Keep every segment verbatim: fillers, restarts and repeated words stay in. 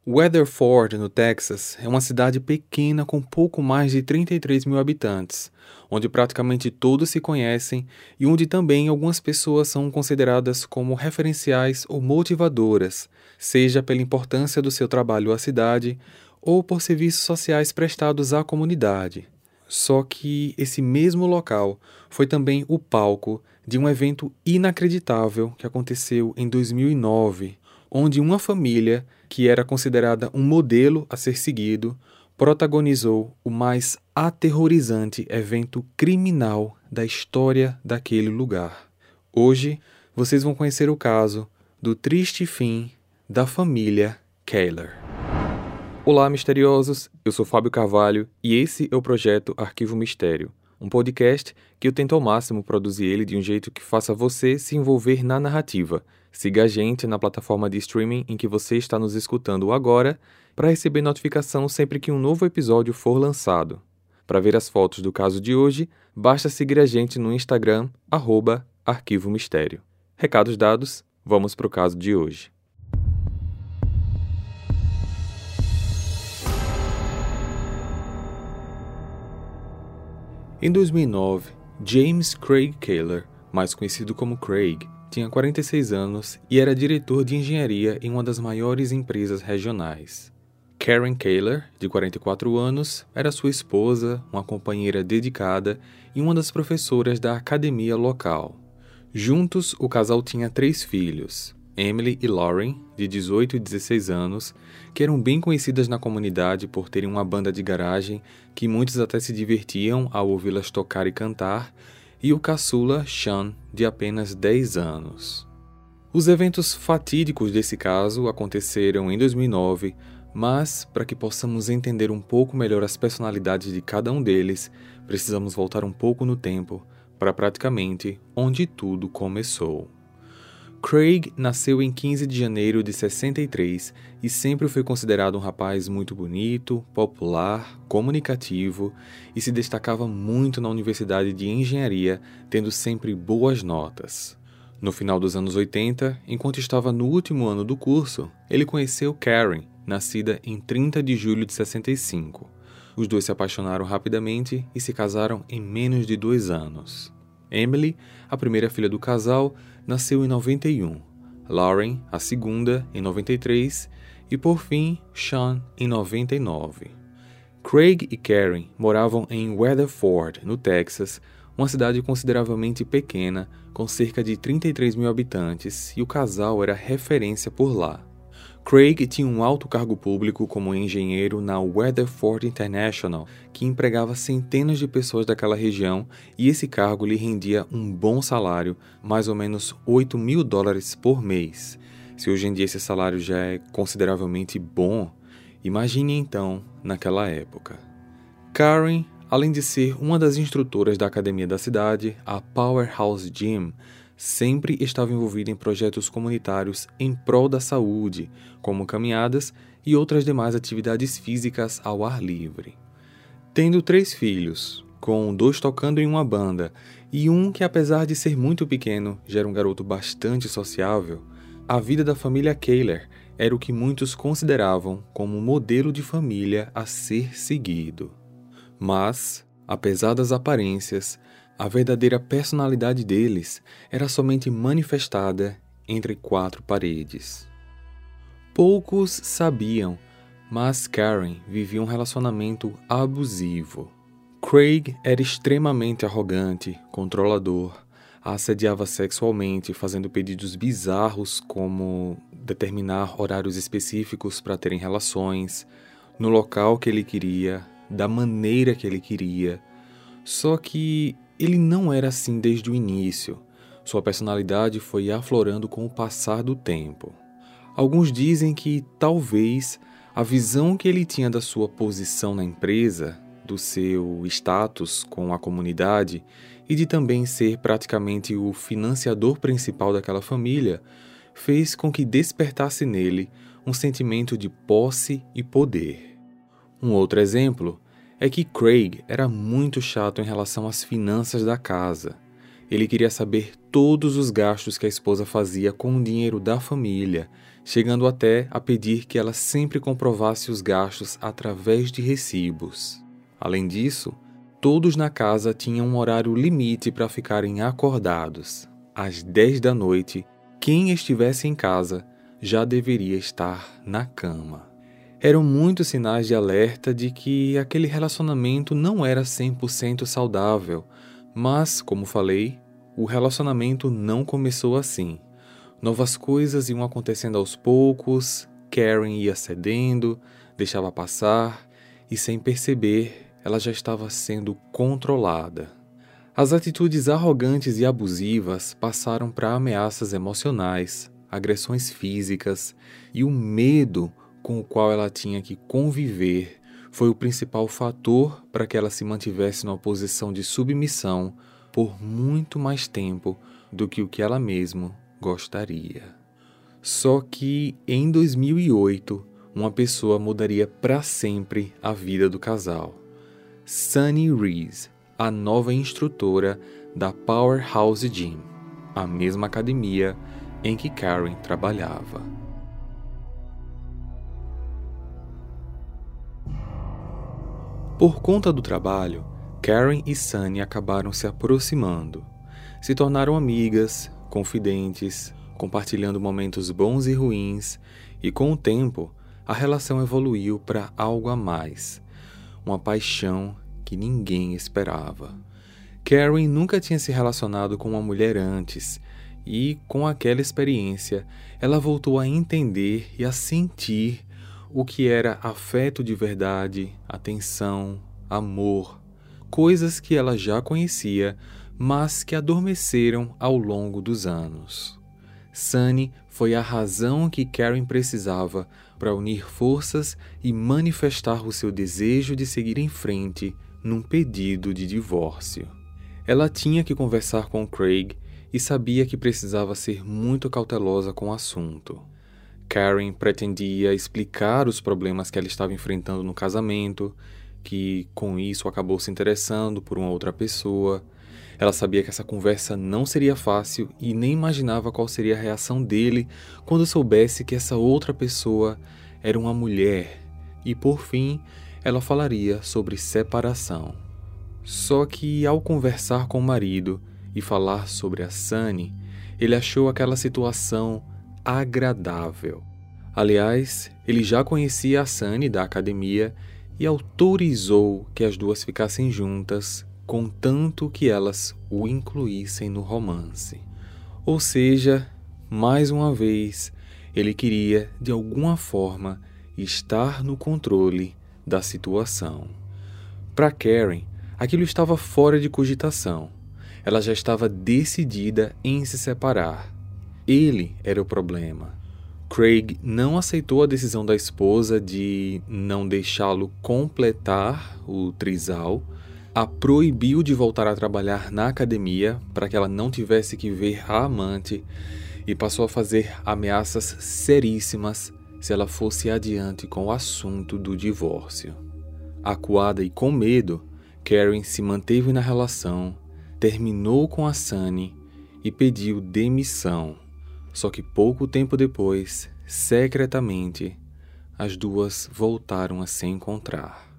Weatherford, no Texas, é uma cidade pequena com pouco mais de trinta e três mil habitantes, onde praticamente todos se conhecem e onde também algumas pessoas são consideradas como referenciais ou motivadoras, seja pela importância do seu trabalho à cidade ou por serviços sociais prestados à comunidade. Só que esse mesmo local foi também o palco de um evento inacreditável que aconteceu em dois mil e nove, onde uma família, que era considerada um modelo a ser seguido, protagonizou o mais aterrorizante evento criminal da história daquele lugar. Hoje, vocês vão conhecer o caso do triste fim da família Keller. Olá, misteriosos! Eu sou Fábio Carvalho e esse é o projeto Arquivo Mistério, um podcast que eu tento ao máximo produzir ele de um jeito que faça você se envolver na narrativa. Siga a gente na plataforma de streaming em que você está nos escutando agora para receber notificação sempre que um novo episódio for lançado. Para ver as fotos do caso de hoje, basta seguir a gente no Instagram, arroba Arquivo Mistério. Recados dados, vamos para o caso de hoje. Em dois mil e nove, James Craig Keller, mais conhecido como Craig, tinha quarenta e seis anos e era diretor de engenharia em uma das maiores empresas regionais. Karen Keller, de quarenta e quatro anos, era sua esposa, uma companheira dedicada e uma das professoras da academia local. Juntos, o casal tinha três filhos, Emily e Lauren, de dezoito e dezesseis anos, que eram bem conhecidas na comunidade por terem uma banda de garagem que muitos até se divertiam ao ouvi-las tocar e cantar, e o caçula Sean, de apenas dez anos. Os eventos fatídicos desse caso aconteceram em dois mil e nove, mas, para que possamos entender um pouco melhor as personalidades de cada um deles, precisamos voltar um pouco no tempo, para praticamente onde tudo começou. Craig nasceu em quinze de janeiro de sessenta e três e sempre foi considerado um rapaz muito bonito, popular, comunicativo e se destacava muito na Universidade de Engenharia, tendo sempre boas notas. No final dos anos oitenta, enquanto estava no último ano do curso, ele conheceu Karen, nascida em trinta de julho de sessenta e cinco. Os dois se apaixonaram rapidamente e se casaram em menos de dois anos. Emily, a primeira filha do casal, nasceu em noventa e um, Lauren, a segunda, em noventa e três e, por fim, Sean, em noventa e nove. Craig e Karen moravam em Weatherford, no Texas, uma cidade consideravelmente pequena, com cerca de trinta e três mil habitantes, e o casal era referência por lá. Craig tinha um alto cargo público como engenheiro na Weatherford International, que empregava centenas de pessoas daquela região, e esse cargo lhe rendia um bom salário, mais ou menos oito mil dólares por mês. Se hoje em dia esse salário já é consideravelmente bom, imagine então naquela época. Karen, além de ser uma das instrutoras da academia da cidade, a Powerhouse Gym, sempre estava envolvida em projetos comunitários em prol da saúde, como caminhadas e outras demais atividades físicas ao ar livre. Tendo três filhos, com dois tocando em uma banda e um que, apesar de ser muito pequeno, já era um garoto bastante sociável, a vida da família Keller era o que muitos consideravam como um modelo de família a ser seguido. Mas, apesar das aparências, a verdadeira personalidade deles era somente manifestada entre quatro paredes. Poucos sabiam, mas Karen vivia um relacionamento abusivo. Craig era extremamente arrogante, controlador, a assediava sexualmente, fazendo pedidos bizarros como determinar horários específicos para terem relações, no local que ele queria, da maneira que ele queria. Só que ele não era assim desde o início. Sua personalidade foi aflorando com o passar do tempo. Alguns dizem que, talvez, a visão que ele tinha da sua posição na empresa, do seu status com a comunidade e de também ser praticamente o financiador principal daquela família, fez com que despertasse nele um sentimento de posse e poder. Um outro exemplo é que Craig era muito chato em relação às finanças da casa. Ele queria saber todos os gastos que a esposa fazia com o dinheiro da família, chegando até a pedir que ela sempre comprovasse os gastos através de recibos. Além disso, todos na casa tinham um horário limite para ficarem acordados. Às dez da noite, quem estivesse em casa já deveria estar na cama. Eram muitos sinais de alerta de que aquele relacionamento não era cem por cento saudável, mas, como falei, o relacionamento não começou assim. Novas coisas iam acontecendo aos poucos, Karen ia cedendo, deixava passar e, sem perceber, ela já estava sendo controlada. As atitudes arrogantes e abusivas passaram para ameaças emocionais, agressões físicas e o medo com o qual ela tinha que conviver foi o principal fator para que ela se mantivesse numa posição de submissão por muito mais tempo do que o que ela mesma gostaria. Só que, em dois mil e oito, uma pessoa mudaria para sempre a vida do casal. Sunny Rees, a nova instrutora da Powerhouse Gym, a mesma academia em que Karen trabalhava. Por conta do trabalho, Karen e Sunny acabaram se aproximando. Se tornaram amigas, confidentes, compartilhando momentos bons e ruins, e com o tempo, a relação evoluiu para algo a mais, uma paixão que ninguém esperava. Karen nunca tinha se relacionado com uma mulher antes, e com aquela experiência, ela voltou a entender e a sentir o que era afeto de verdade, atenção, amor, coisas que ela já conhecia, mas que adormeceram ao longo dos anos. Sunny foi a razão que Karen precisava para unir forças e manifestar o seu desejo de seguir em frente num pedido de divórcio. Ela tinha que conversar com Craig e sabia que precisava ser muito cautelosa com o assunto. Karen pretendia explicar os problemas que ela estava enfrentando no casamento, que com isso acabou se interessando por uma outra pessoa. Ela sabia que essa conversa não seria fácil e nem imaginava qual seria a reação dele quando soubesse que essa outra pessoa era uma mulher. E por fim, ela falaria sobre separação. Só que ao conversar com o marido e falar sobre a Sunny, ele achou aquela situação agradável. Aliás, ele já conhecia a Sunny da academia e autorizou que as duas ficassem juntas, contanto que elas o incluíssem no romance. Ou seja, mais uma vez, ele queria, de alguma forma, estar no controle da situação. Para Karen, aquilo estava fora de cogitação. Ela já estava decidida em se separar. Ele era o problema. Craig não aceitou a decisão da esposa de não deixá-lo completar o trisal, a proibiu de voltar a trabalhar na academia para que ela não tivesse que ver a amante e passou a fazer ameaças seríssimas se ela fosse adiante com o assunto do divórcio. Acuada e com medo, Karen se manteve na relação, terminou com a Sunny e pediu demissão. Só que pouco tempo depois, secretamente, as duas voltaram a se encontrar.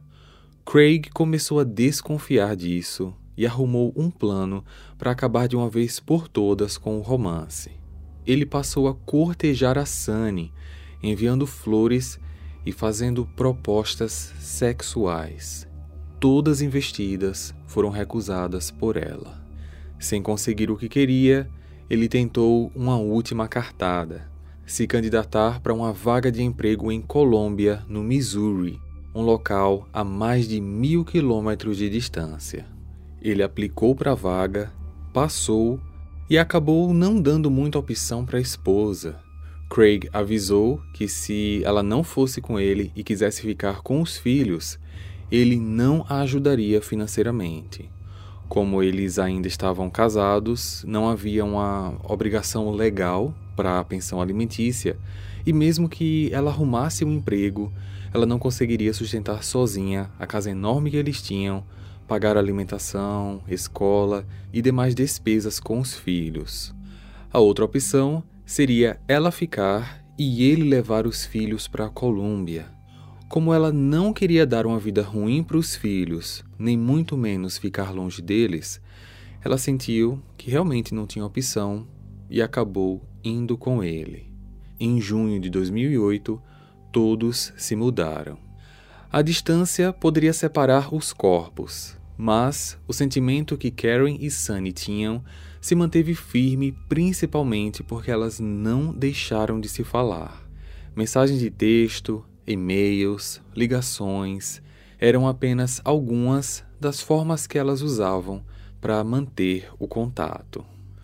Craig começou a desconfiar disso e arrumou um plano para acabar de uma vez por todas com o romance. Ele passou a cortejar a Sunny, enviando flores e fazendo propostas sexuais. Todas investidas foram recusadas por ela. Sem conseguir o que queria, ele tentou uma última cartada, se candidatar para uma vaga de emprego em Colômbia, no Missouri, um local a mais de mil quilômetros de distância. Ele aplicou para a vaga, passou e acabou não dando muita opção para a esposa. Craig avisou que se ela não fosse com ele e quisesse ficar com os filhos, ele não a ajudaria financeiramente. Como eles ainda estavam casados, não havia uma obrigação legal para a pensão alimentícia, e mesmo que ela arrumasse um emprego, ela não conseguiria sustentar sozinha a casa enorme que eles tinham pagar alimentação, escola e demais despesas com os filhos. A outra opção seria ela ficar e ele levar os filhos para a Colômbia. Como ela não queria dar uma vida ruim para os filhos, nem muito menos ficar longe deles, ela sentiu que realmente não tinha opção e acabou indo com ele. Em junho de dois mil e oito, todos se mudaram. A distância poderia separar os corpos, mas o sentimento que Karen e Sunny tinham se manteve firme, principalmente porque elas não deixaram de se falar. Mensagens de texto, e-mails, ligações, eram apenas algumas das formas que elas usavam para manter o contato.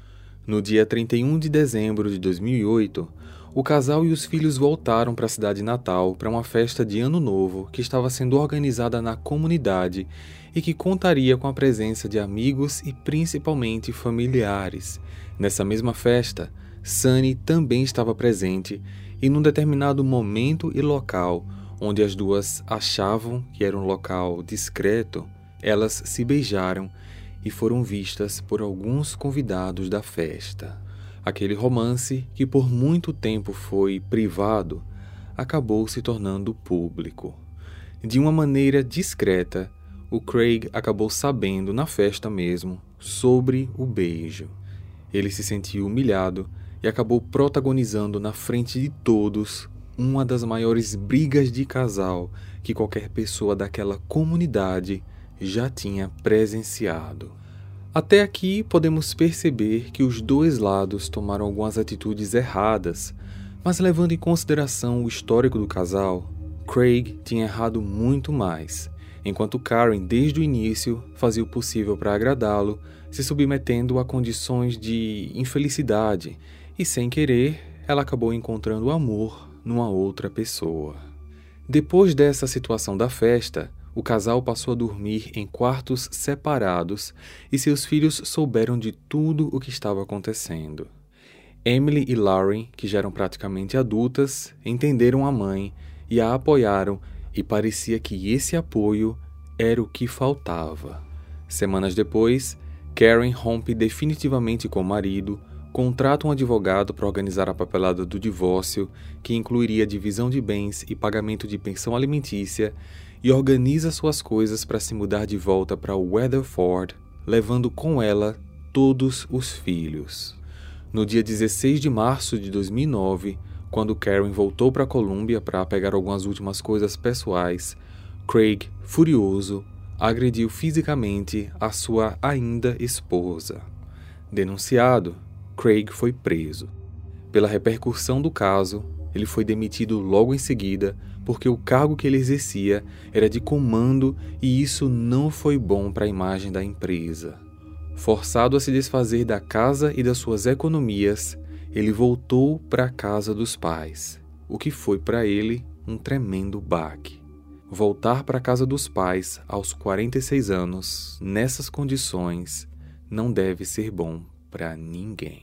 No dia trinta e um de dezembro de dois mil e oito, o casal e os filhos voltaram para a cidade natal para uma festa de Ano Novo que estava sendo organizada na comunidade e que contaria com a presença de amigos e principalmente familiares. Nessa mesma festa, Sunny também estava presente e num determinado momento e local, onde as duas achavam que era um local discreto, elas se beijaram e foram vistas por alguns convidados da festa. Aquele romance, que por muito tempo foi privado, acabou se tornando público. De uma maneira discreta, o Craig acabou sabendo na festa mesmo sobre o beijo. Ele se sentiu humilhado e acabou protagonizando na frente de todos uma das maiores brigas de casal que qualquer pessoa daquela comunidade já tinha presenciado. Até aqui podemos perceber que os dois lados tomaram algumas atitudes erradas, mas levando em consideração o histórico do casal, Craig tinha errado muito mais, enquanto Karen desde o início fazia o possível para agradá-lo, se submetendo a condições de infelicidade, e sem querer ela acabou encontrando amor numa outra pessoa. Depois dessa situação da festa, o casal passou a dormir em quartos separados e seus filhos souberam de tudo o que estava acontecendo. Emily e Lauren, que já eram praticamente adultas, entenderam a mãe e a apoiaram, e parecia que esse apoio era o que faltava. Semanas depois, Karen rompe definitivamente com o marido, contrata um advogado para organizar a papelada do divórcio, que incluiria divisão de bens e pagamento de pensão alimentícia, e organiza suas coisas para se mudar de volta para Weatherford, levando com ela todos os filhos. No dia dezesseis de março de dois mil e nove, quando Karen voltou para a Colômbia para pegar algumas últimas coisas pessoais, Craig, furioso, agrediu fisicamente a sua ainda esposa. Denunciado, Craig foi preso. Pela repercussão do caso, ele foi demitido logo em seguida, porque o cargo que ele exercia era de comando e isso não foi bom para a imagem da empresa. Forçado a se desfazer da casa e das suas economias, ele voltou para a casa dos pais, o que foi para ele um tremendo baque. Voltar para a casa dos pais aos quarenta e seis anos, nessas condições, não deve ser bom para ninguém.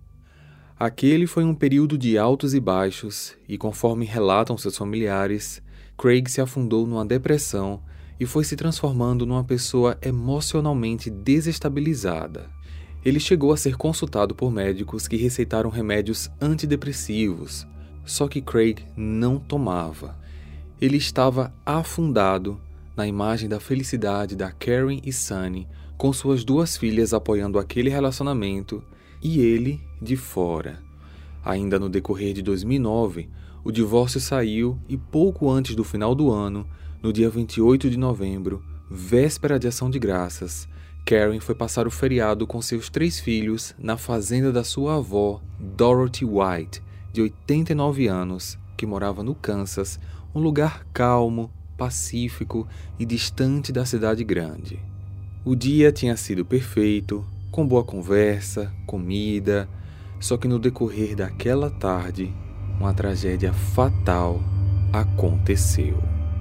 Aquele foi um período de altos e baixos, e conforme relatam seus familiares, Craig se afundou numa depressão e foi se transformando numa pessoa emocionalmente desestabilizada. Ele chegou a ser consultado por médicos que receitaram remédios antidepressivos, só que Craig não tomava. Ele estava afundado na imagem da felicidade da Karen e Sunny, com suas duas filhas apoiando aquele relacionamento, e ele de fora. Ainda no decorrer de dois mil e nove, o divórcio saiu e pouco antes do final do ano, no dia vinte e oito de novembro, véspera de Ação de Graças, Karen foi passar o feriado com seus três filhos na fazenda da sua avó, Dorothy White, de oitenta e nove anos, que morava no Kansas, um lugar calmo, pacífico e distante da cidade grande. O dia tinha sido perfeito, com boa conversa, comida, só que no decorrer daquela tarde, uma tragédia fatal aconteceu.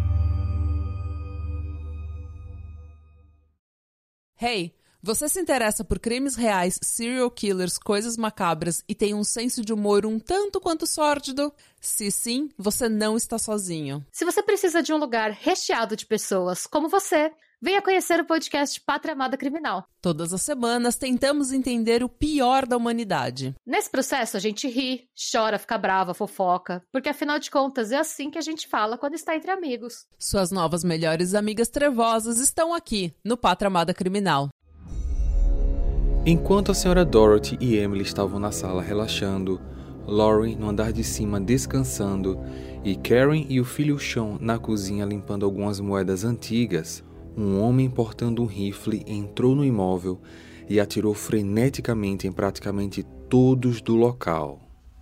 Hey, você se interessa por crimes reais, serial killers, coisas macabras e tem um senso de humor um tanto quanto sórdido? Se sim, você não está sozinho. Se você precisa de um lugar recheado de pessoas como você, Venha conhecer o podcast Pátria Amada Criminal. Todas as semanas tentamos entender o pior da humanidade. Nesse processo a gente ri, chora, fica brava, fofoca, porque afinal de contas é assim que a gente fala quando está entre amigos. Suas novas melhores amigas trevosas estão aqui, no Pátria Amada Criminal. Enquanto a senhora Dorothy e Emily estavam na sala relaxando, Lauren no andar de cima descansando e Karen e o filho Sean na cozinha limpando algumas moedas antigas, um homem portando um rifle entrou no imóvel e atirou freneticamente em praticamente todos do local.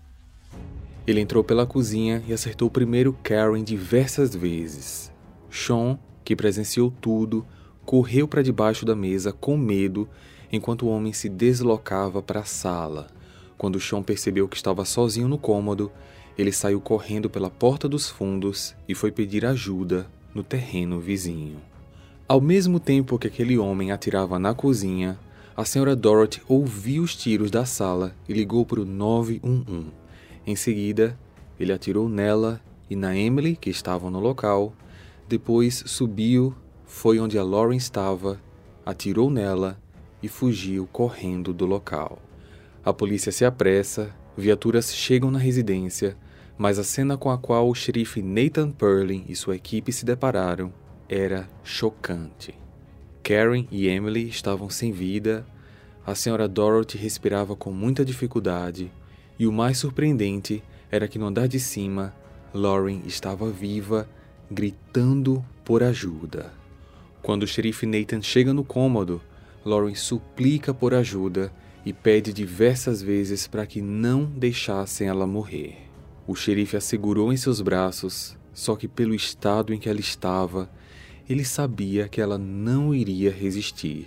Ele entrou pela cozinha e acertou primeiro Karen diversas vezes. Sean, que presenciou tudo, correu para debaixo da mesa com medo enquanto o homem se deslocava para a sala. Quando Sean percebeu que estava sozinho no cômodo, ele saiu correndo pela porta dos fundos e foi pedir ajuda no terreno vizinho. Ao mesmo tempo que aquele homem atirava na cozinha, a senhora Dorothy ouviu os tiros da sala e ligou para o nove um um. Em seguida, ele atirou nela e na Emily, que estavam no local. Depois subiu, foi onde a Lauren estava, atirou nela e fugiu correndo do local. A polícia se apressa, viaturas chegam na residência, mas a cena com a qual o xerife Nathan Perlin e sua equipe se depararam era chocante. Karen e Emily estavam sem vida, a senhora Dorothy respirava com muita dificuldade e o mais surpreendente era que no andar de cima, Lauren estava viva, gritando por ajuda. Quando o xerife Nathan chega no cômodo, Lauren suplica por ajuda e pede diversas vezes para que não deixassem ela morrer. O xerife a segurou em seus braços, só que pelo estado em que ela estava, ele sabia que ela não iria resistir.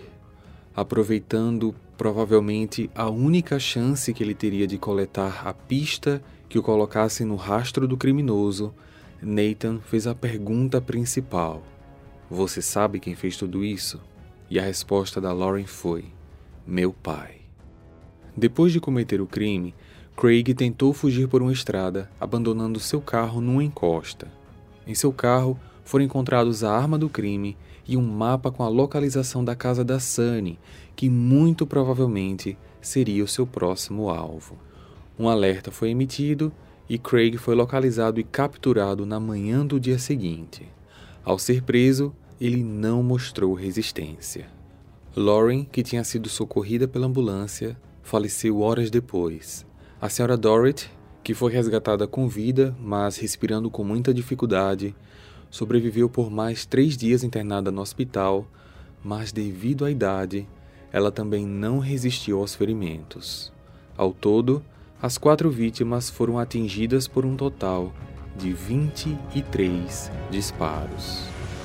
Aproveitando provavelmente a única chance que ele teria de coletar a pista que o colocasse no rastro do criminoso, Nathan fez a pergunta principal: "Você sabe quem fez tudo isso?" E a resposta da Lauren foi: "Meu pai." Depois de cometer o crime, Craig tentou fugir por uma estrada, abandonando seu carro numa encosta. Em seu carro, foram encontrados a arma do crime e um mapa com a localização da casa da Sunny, que muito provavelmente seria o seu próximo alvo. Um alerta foi emitido e Craig foi localizado e capturado na manhã do dia seguinte. Ao ser preso, ele não mostrou resistência. Lauren, que tinha sido socorrida pela ambulância, faleceu horas depois. A senhora Dorothy, que foi resgatada com vida, mas respirando com muita dificuldade, sobreviveu por mais três dias internada no hospital, mas devido à idade, ela também não resistiu aos ferimentos. Ao todo, as quatro vítimas foram atingidas por um total de vinte e três disparos.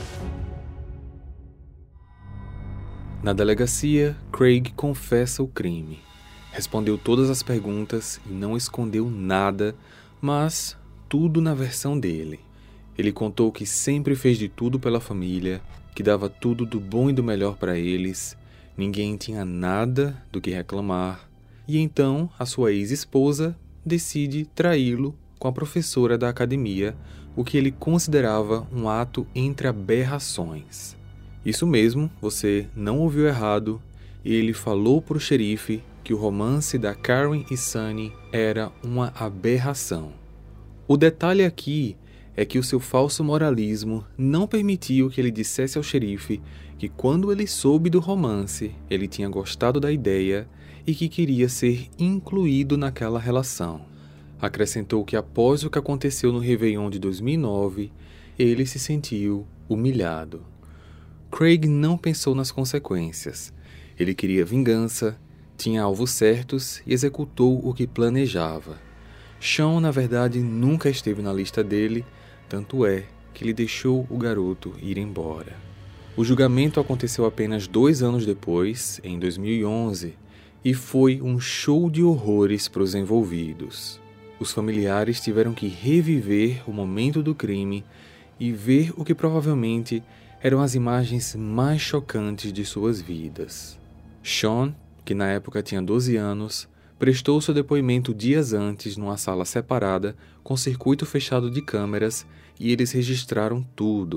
Na delegacia, Craig confessa o crime. Respondeu todas as perguntas e não escondeu nada, mas tudo na versão dele. Ele contou que sempre fez de tudo pela família, que dava tudo do bom e do melhor para eles, ninguém tinha nada do que reclamar, e então a sua ex-esposa decide traí-lo com a professora da academia, o que ele considerava um ato entre aberrações. Isso mesmo, você não ouviu errado, e ele falou para o xerife que o romance da Karen e Sunny era uma aberração. O detalhe aqui é que o seu falso moralismo não permitiu que ele dissesse ao xerife que quando ele soube do romance, ele tinha gostado da ideia e que queria ser incluído naquela relação. Acrescentou que após o que aconteceu no Réveillon de dois mil e nove, ele se sentiu humilhado. Craig não pensou nas consequências. Ele queria vingança, tinha alvos certos e executou o que planejava. Sean, na verdade, nunca esteve na lista dele, tanto é que ele deixou o garoto ir embora. O julgamento aconteceu apenas dois anos depois, em dois mil e onze, e foi um show de horrores para os envolvidos. Os familiares tiveram que reviver o momento do crime e ver o que provavelmente eram as imagens mais chocantes de suas vidas. Sean, que na época tinha doze anos, prestou seu depoimento dias antes numa sala separada com circuito fechado de câmeras e eles registraram tudo.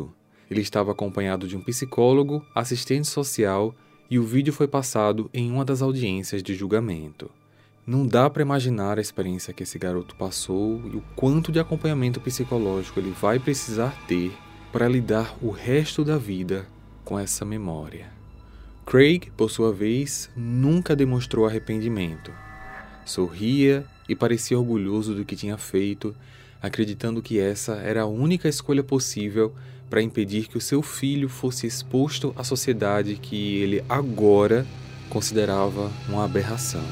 Ele estava acompanhado de um psicólogo, assistente social e o vídeo foi passado em uma das audiências de julgamento. Não dá para imaginar a experiência que esse garoto passou e o quanto de acompanhamento psicológico ele vai precisar ter para lidar o resto da vida com essa memória. Craig, por sua vez, nunca demonstrou arrependimento. Sorria e parecia orgulhoso do que tinha feito, acreditando que essa era a única escolha possível para impedir que o seu filho fosse exposto à sociedade que ele agora considerava uma aberração.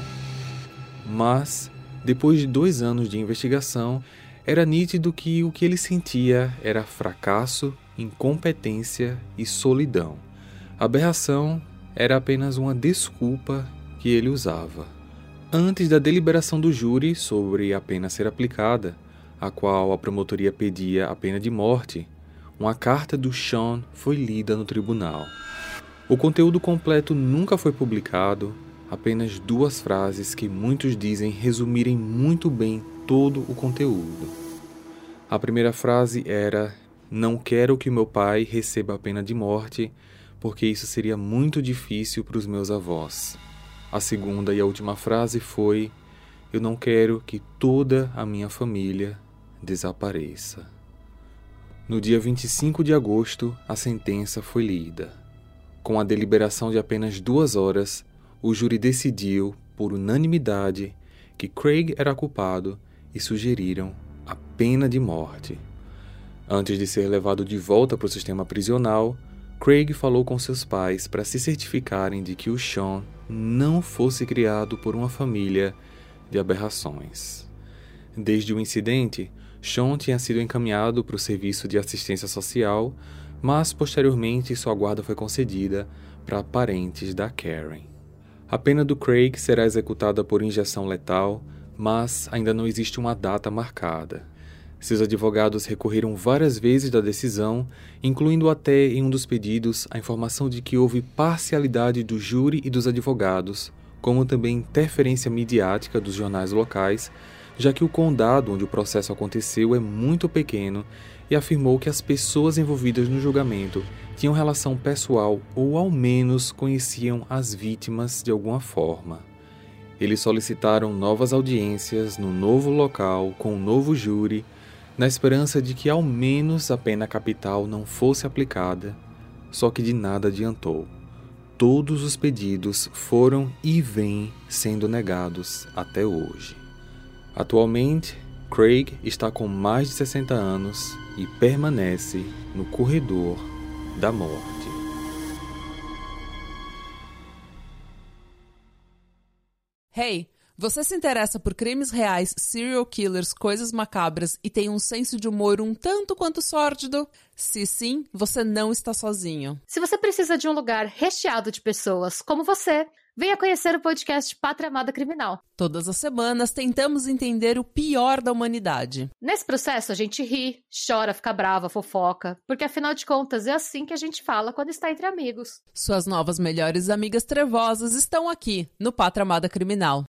Mas, depois de dois anos de investigação, era nítido que o que ele sentia era fracasso, incompetência e solidão. A aberração era apenas uma desculpa que ele usava. Antes da deliberação do júri sobre a pena ser aplicada, a qual a promotoria pedia a pena de morte, uma carta do Sean foi lida no tribunal. O conteúdo completo nunca foi publicado, apenas duas frases que muitos dizem resumirem muito bem todo o conteúdo. A primeira frase era: "Não quero que meu pai receba a pena de morte, porque isso seria muito difícil para os meus avós." A segunda e a última frase foi: "Eu não quero que toda a minha família desapareça." No dia vinte e cinco de agosto, a sentença foi lida. Com a deliberação de apenas duas horas, o júri decidiu, por unanimidade, que Craig era culpado e sugeriram a pena de morte. Antes de ser levado de volta para o sistema prisional, Craig falou com seus pais para se certificarem de que o Sean não fosse criado por uma família de aberrações. Desde o incidente, Sean tinha sido encaminhado para o serviço de assistência social, mas posteriormente sua guarda foi concedida para parentes da Karen. A pena do Craig será executada por injeção letal, mas ainda não existe uma data marcada. Seus advogados recorreram várias vezes da decisão, incluindo até em um dos pedidos a informação de que houve parcialidade do júri e dos advogados, como também interferência midiática dos jornais locais, já que o condado onde o processo aconteceu é muito pequeno, e afirmou que as pessoas envolvidas no julgamento tinham relação pessoal ou ao menos conheciam as vítimas de alguma forma. Eles solicitaram novas audiências no novo local com um novo júri, na esperança de que ao menos a pena capital não fosse aplicada, só que de nada adiantou. Todos os pedidos foram e vêm sendo negados até hoje. Atualmente, Craig está com mais de sessenta anos e permanece no corredor da morte. Hey, você se interessa por crimes reais, serial killers, coisas macabras e tem um senso de humor um tanto quanto sórdido? Se sim, você não está sozinho. Se você precisa de um lugar recheado de pessoas como você, venha conhecer o podcast Pátria Amada Criminal. Todas as semanas tentamos entender o pior da humanidade. Nesse processo a gente ri, chora, fica brava, fofoca, porque afinal de contas é assim que a gente fala quando está entre amigos. Suas novas melhores amigas trevosas estão aqui no Pátria Amada Criminal.